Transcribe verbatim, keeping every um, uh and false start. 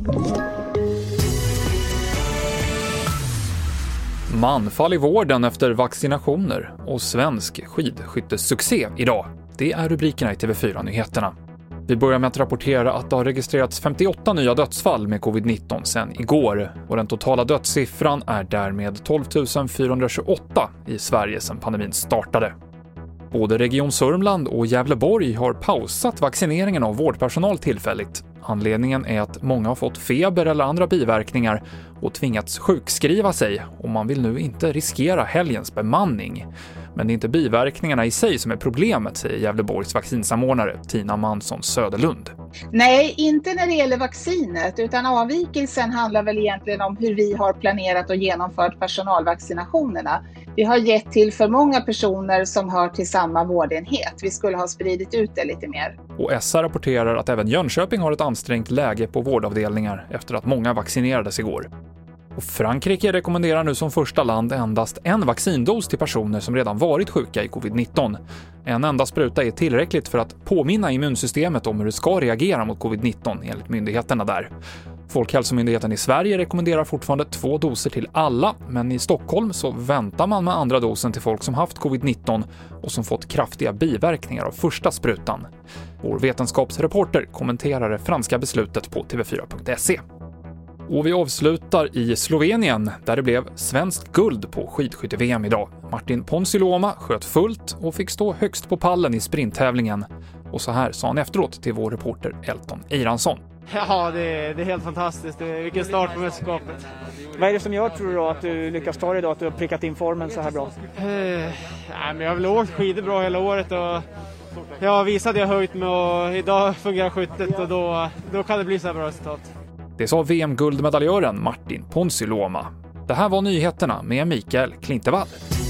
Manfall i vården efter vaccinationer och svensk skidskyttesuccé idag. Det är rubrikerna i T V fyra-nyheterna. Vi börjar med att rapportera att det har registrerats femtioåtta nya dödsfall med covid nitton sedan igår och den totala dödssiffran är därmed tolv tusen fyrahundratjugoåtta i Sverige sedan pandemin startade. Både Region Sörmland och Gävleborg har pausat vaccineringen av vårdpersonal tillfälligt. Anledningen är att många har fått feber eller andra biverkningar och tvingats sjukskriva sig och man vill nu inte riskera helgens bemanning. Men det är inte biverkningarna i sig som är problemet, säger Gävleborgs vaccinsamordnare Tina Mansson Söderlund. Nej, inte när det gäller vaccinet, utan avvikelsen handlar väl egentligen om hur vi har planerat och genomfört personalvaccinationerna. Vi har gett till för många personer som hör till samma vårdenhet. Vi skulle ha spridit ut det lite mer. Och S R rapporterar att även Jönköping har ett ansträngt läge på vårdavdelningar efter att många vaccinerades igår. Och Frankrike rekommenderar nu som första land endast en vaccindos till personer som redan varit sjuka i covid nitton. En enda spruta är tillräckligt för att påminna immunsystemet om hur det ska reagera mot covid nitton enligt myndigheterna där. Folkhälsomyndigheten i Sverige rekommenderar fortfarande två doser till alla, men i Stockholm så väntar man med andra dosen till folk som haft covid nitton och som fått kraftiga biverkningar av första sprutan. Vår vetenskapsreporter kommenterar det franska beslutet på T V fyra punkt se. Och vi avslutar i Slovenien där det blev svenskt guld på skidskytte-V M idag. Martin Ponsiluoma sköt fullt och fick stå högst på pallen i sprinttävlingen. Och så här sa han efteråt till vår reporter Elton Eiransson. Ja, det är, det är helt fantastiskt. Det är, vilken start på mästerskapet. Vad är det som gör, tror du då, att du lyckas ta det idag, att du har prickat in formen så här bra? Eh, nej, men jag har väl åkt skidor bra hela året och jag visade jag höjt mig och idag fungerar skyttet och då, då kan det bli så här bra resultat. Det sa V M-guldmedaljören Martin Ponsiluoma. Det här var nyheterna med Mikael Klintevall.